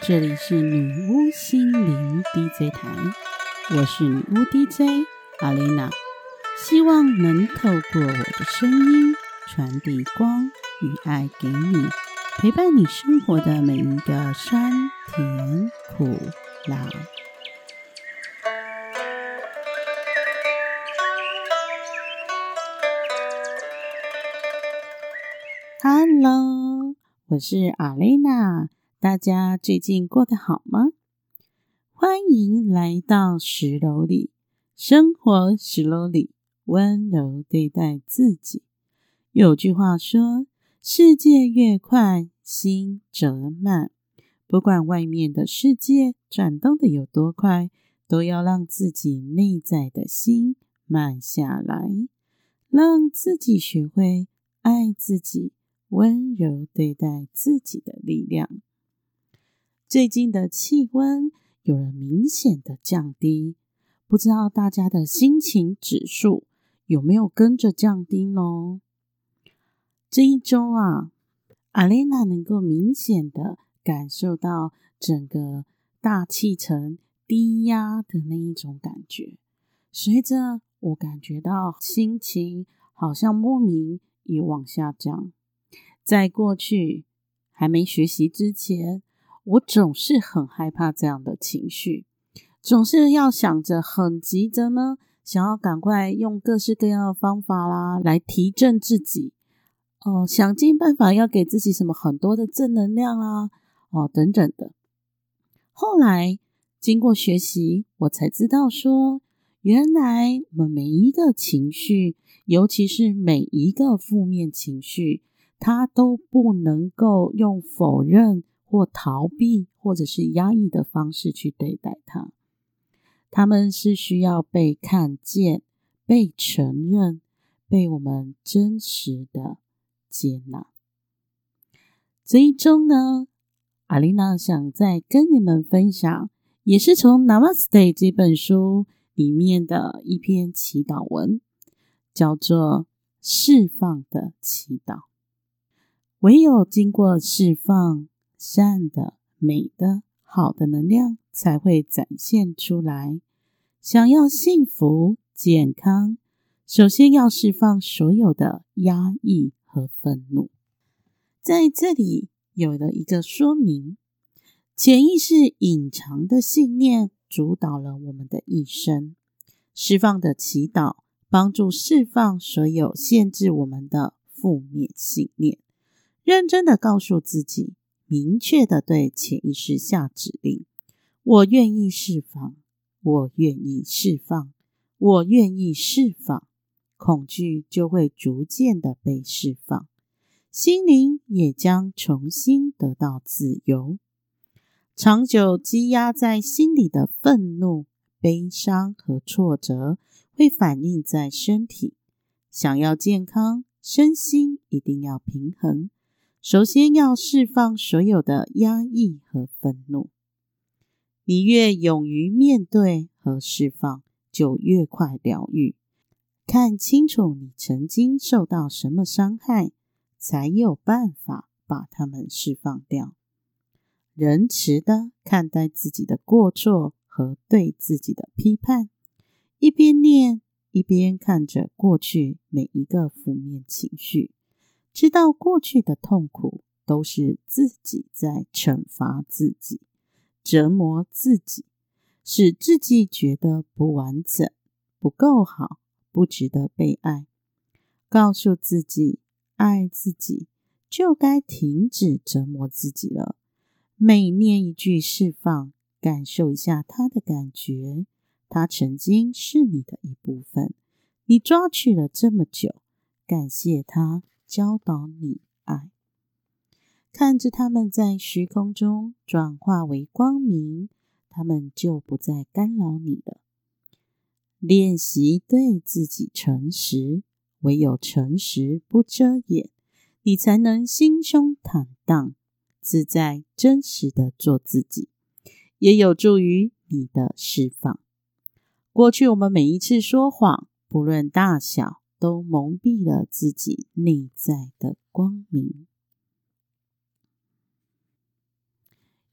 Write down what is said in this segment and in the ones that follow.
这里是女巫心灵 DJ 台，我是女巫 DJ 阿蕾娜，希望能透过我的声音传递光与爱给你，陪伴你生活的每一个酸甜苦辣。Hello， 我是阿蕾娜，大家最近过得好吗？欢迎来到10楼里，生活10楼里，温柔对待自己。有句话说，世界越快，心则慢。不管外面的世界转动的有多快，都要让自己内在的心慢下来，让自己学会爱自己，温柔对待自己的力量。最近的气温有了明显的降低，不知道大家的心情指数有没有跟着降低呢？这一周阿蕾娜能够明显的感受到整个大气层低压的那一种感觉，随着我感觉到心情好像莫名也往下降。在过去还没学习之前，我总是很害怕这样的情绪，总是要想着很急着呢，想要赶快用各式各样的方法啦来提振自己，想尽办法要给自己什么很多的正能量等等的。后来经过学习，我才知道说，原来我们每一个情绪，尤其是每一个负面情绪，它都不能够用否认或逃避或者是压抑的方式去对待它。它们是需要被看见、被承认、被我们真实的接纳。这一周呢，阿蕾娜想再跟你们分享，也是从 Namaste 这本书里面的一篇祈祷文，叫做释放的祈祷。唯有经过释放，善的、美的、好的能量才会展现出来。想要幸福、健康，首先要释放所有的压抑和愤怒。在这里有了一个说明，潜意识隐藏的信念主导了我们的一生。释放的祈祷帮助释放所有限制我们的负面信念。认真的告诉自己，明确的对潜意识下指令：我愿意释放，我愿意释放，我愿意释放。恐惧就会逐渐的被释放，心灵也将重新得到自由。长久积压在心里的愤怒、悲伤和挫折会反映在身体。想要健康，身心一定要平衡。首先要释放所有的压抑和愤怒。你越勇于面对和释放，就越快疗愈。看清楚你曾经受到什么伤害，才有办法把它们释放掉。仁慈的看待自己的过错和对自己的批判，一边念一边看着过去每一个负面情绪，知道过去的痛苦都是自己在惩罚自己，折磨自己，使自己觉得不完整、不够好、不值得被爱。告诉自己，爱自己就该停止折磨自己了。每念一句释放，感受一下它的感觉，它曾经是你的一部分，你抓取了这么久，感谢它教导你爱。看着它们在虚空中转化为光明，它们就不再干扰你了。练习对自己诚实，唯有诚实不遮掩，你才能心胸坦荡，自在真实的做自己，也有助于你的释放。过去我们每一次说谎，不论大小，都蒙蔽了自己内在的光明。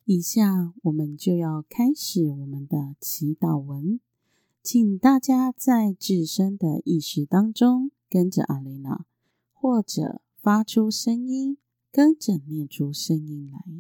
以下我们就要开始我们的祈祷文，请大家在自身的意识当中跟着阿雷娜，或者发出声音，跟着念出声音来。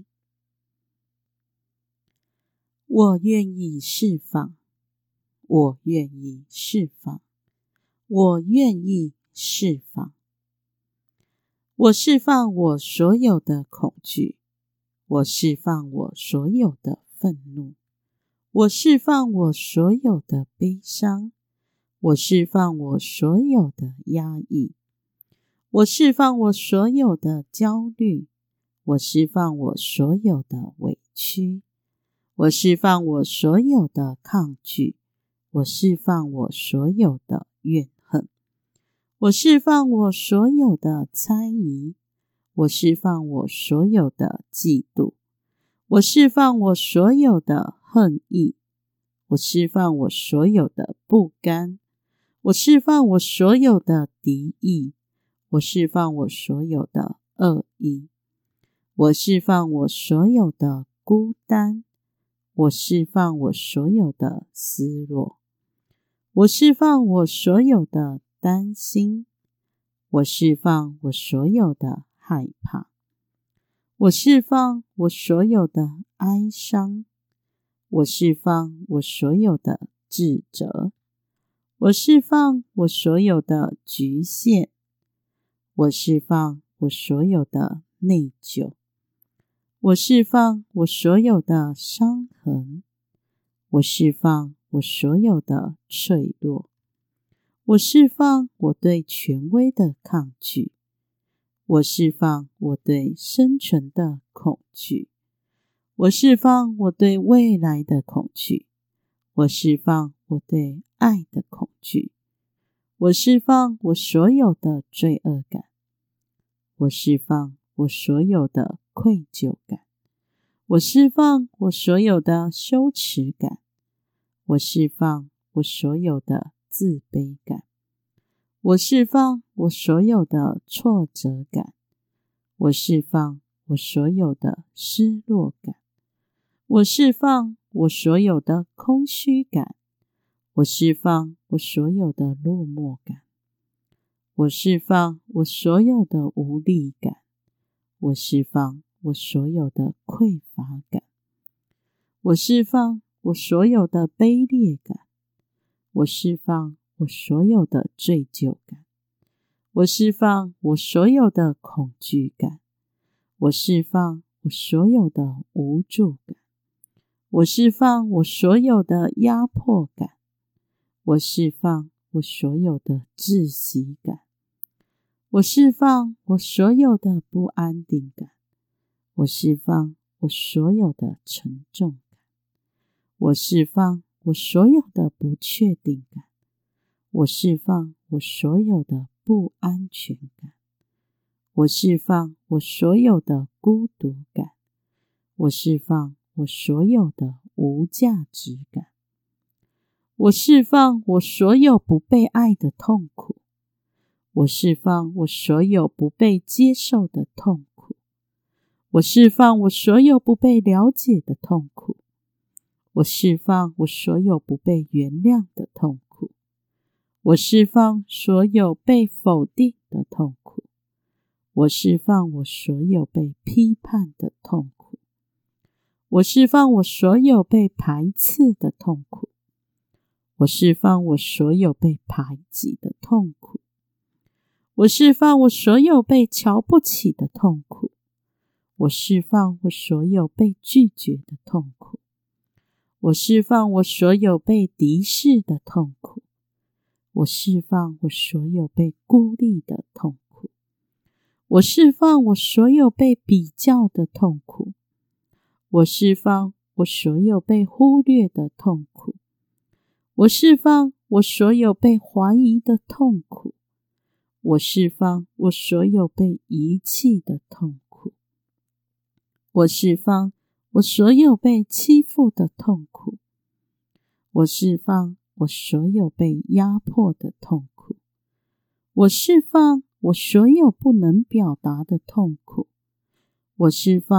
我愿意释放，我愿意释放，我愿意释放。我释放我所有的恐惧，我释放我所有的愤怒，我释放我所有的悲伤，我释放我所有的压抑，我释放我所有的焦虑，我释放我所有的委屈，我释放我所有的抗拒，我释放我所有的怨恨，我释放我所有的猜疑，我释放我所有的嫉妒，我释放我所有的恨意，我释放我所有的不甘，我释放我所有的敌意，我释放我所有的恶意，我释放我所有的孤单，我释放我所有的失落，我释放我所有的担心，我释放我所有的害怕，我释放我所有的哀伤，我释放我所有的自责，我释放我所有的局限，我释放我所有的内疚，我释放我所有的伤痕，我释放我所有的脆弱，我释放我对权威的抗拒，我释放我对生存的恐惧，我释放我对未来的恐惧，我释放我对爱的恐惧，我释放我所有的罪恶感，我释放我所有的愧疚感，我释放我所有的羞耻感，我释放我所有的自卑感，我释放我所有的挫折感，我释放我所有的失落感，我释放我所有的空虚感，我释放我所有的落寞感，我释放我所有的无力感，我释放我所有的匮乏感，我释放我所有的卑劣感，我释放我所有的罪疚感，我释放我所有的恐惧感，我释放我所有的无助感，我释放我所有的压迫感，我释放我所有的窒息感，我释放我所有的不安定感，我释放我所有的沉重感，我释放我所有的不确定感，我释放我所有的不安全感，我释放我所有的孤独感，我释放我所有的无价值感，我释放我所有不被爱的痛苦，我释放我所有不被接受的痛苦，我释放我所有不被了解的痛苦，我释放我所有不被原谅的痛苦，我释放所有被否定的痛苦，我释放我所有被批判的痛苦，我释放我所有被排斥的痛苦，我释放我所有被排挤的痛苦，我释放我所有被瞧不起的痛苦，我释放我所有被拒绝的痛苦，我释放我所有被敌视的痛苦，我释放我所有被孤立的痛苦，我释放我所有被比较的痛苦，我释放我所有被忽略的痛苦，我释放我所有被怀疑的痛苦，我释放我所有被遗弃的痛苦，我释放我所有被欺负的痛苦，我释放我所有被压迫的痛苦，我释放我所有不能表达的痛苦，我释放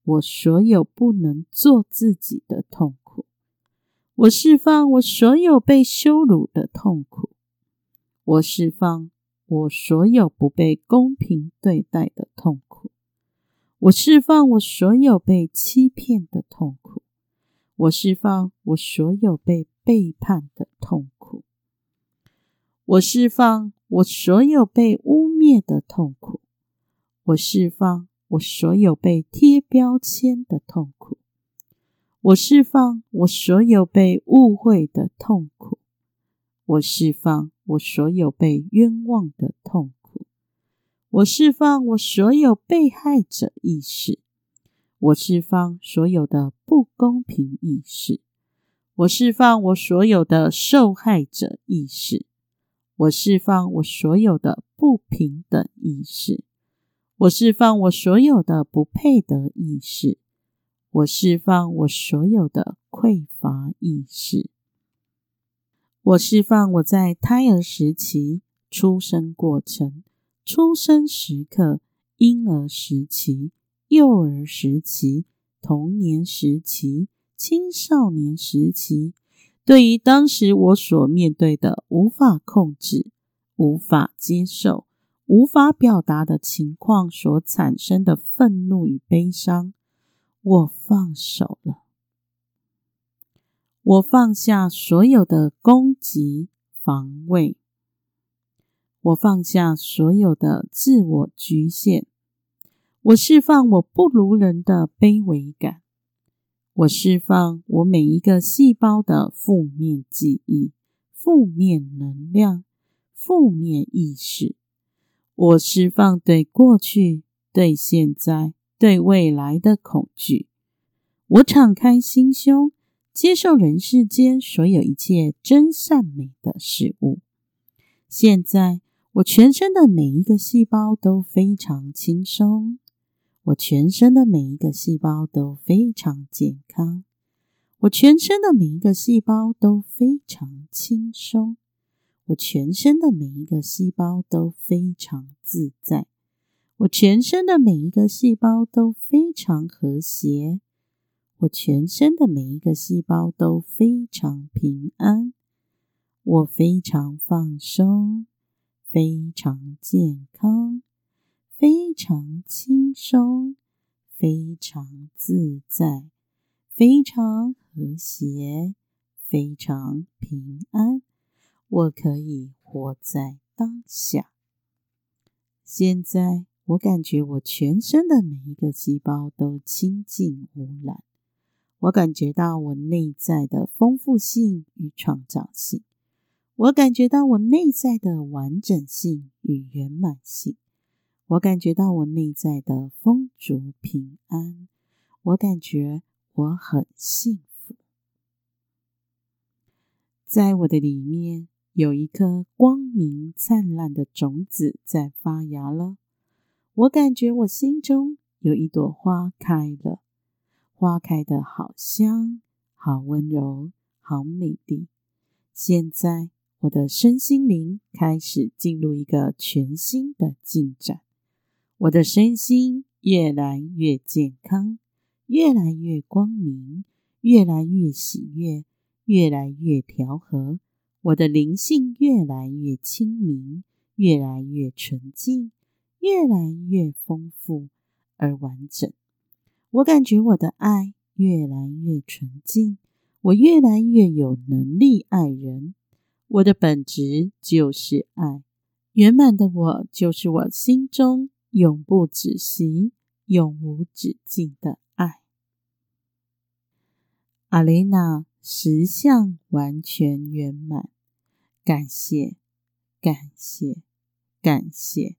我所有不能做自己的痛苦，我释放我所有被羞辱的痛苦，我释放我所有不被公平对待的痛苦，我释放我所有被欺骗的痛苦，我释放我所有被背叛的痛苦，我释放我所有被污蔑的痛苦，我释放我所有被贴标签的痛苦，我释放我所有被误会的痛苦，我释放我所有被冤枉的痛苦，我释放我所有被害者意识，我释放所有的不公平意识，我释放我所有的受害者意识，我释放我所有的不平等意识，我释放我所有的不配得意识，我释放我所有的匮乏意识，我释放我在胎儿时期、出生过程、出生时刻、婴儿时期、幼儿时期、童年时期、青少年时期，对于当时我所面对的无法控制、无法接受、无法表达的情况所产生的愤怒与悲伤，我放手了。我放下所有的攻击、防卫，我放下所有的自我局限，我释放我不如人的卑微感，我释放我每一个细胞的负面记忆、负面能量、负面意识，我释放对过去、对现在、对未来的恐惧，我敞开心胸，接受人世间所有一切真善美的事物。现在，我全身的每一个细胞都非常轻松，我全身的每一个细胞都非常健康，我全身的每一个细胞都非常轻松，我全身的每一个细胞都非常自在，我全身的每一个细胞都非常和谐，我全身的每一个细胞都非常平安，我非常放松，非常健康，非常轻松，非常自在，非常和谐，非常平安，我可以活在当下。现在我感觉我全身的每一个细胞都清净无染，我感觉到我内在的丰富性与创造性，我感觉到我内在的完整性与圆满性，我感觉到我内在的丰足平安，我感觉我很幸福。在我的里面有一颗光明灿烂的种子在发芽了，我感觉我心中有一朵花开了，花开得好香，好温柔，好美丽。现在我的身心灵开始进入一个全新的进展，我的身心越来越健康，越来越光明，越来越喜悦，越来越调和，我的灵性越来越清明，越来越纯净，越来越丰富而完整。我感觉我的爱越来越纯净，我越来越有能力爱人，我的本质就是爱，圆满的我就是我心中永不止息、永无止境的爱。阿雷娜实相完全圆满，感谢，感谢，感谢。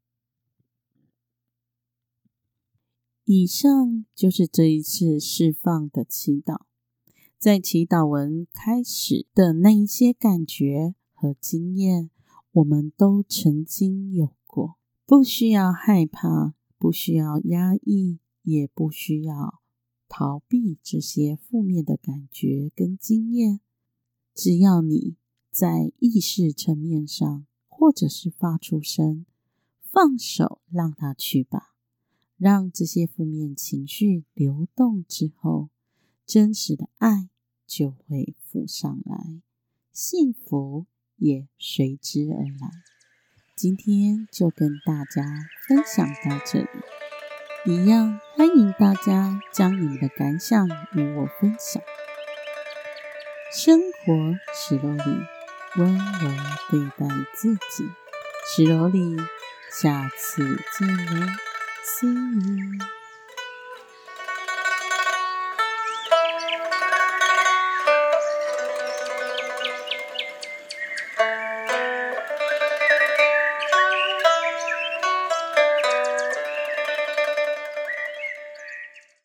以上就是这一次释放的祈祷。在祈祷文开始的那一些感觉和经验，我们都曾经有过，不需要害怕，不需要压抑，也不需要逃避这些负面的感觉跟经验。只要你在意识层面上，或者是发出声，放手让它去吧， 让这些负面情绪流动之后，真实的爱就会浮上来，幸福也随之而来。今天就跟大家分享到这里，一样欢迎大家将你们的感想与我分享。生活石楼里，温柔对待自己。石楼里，下次见喽，See you。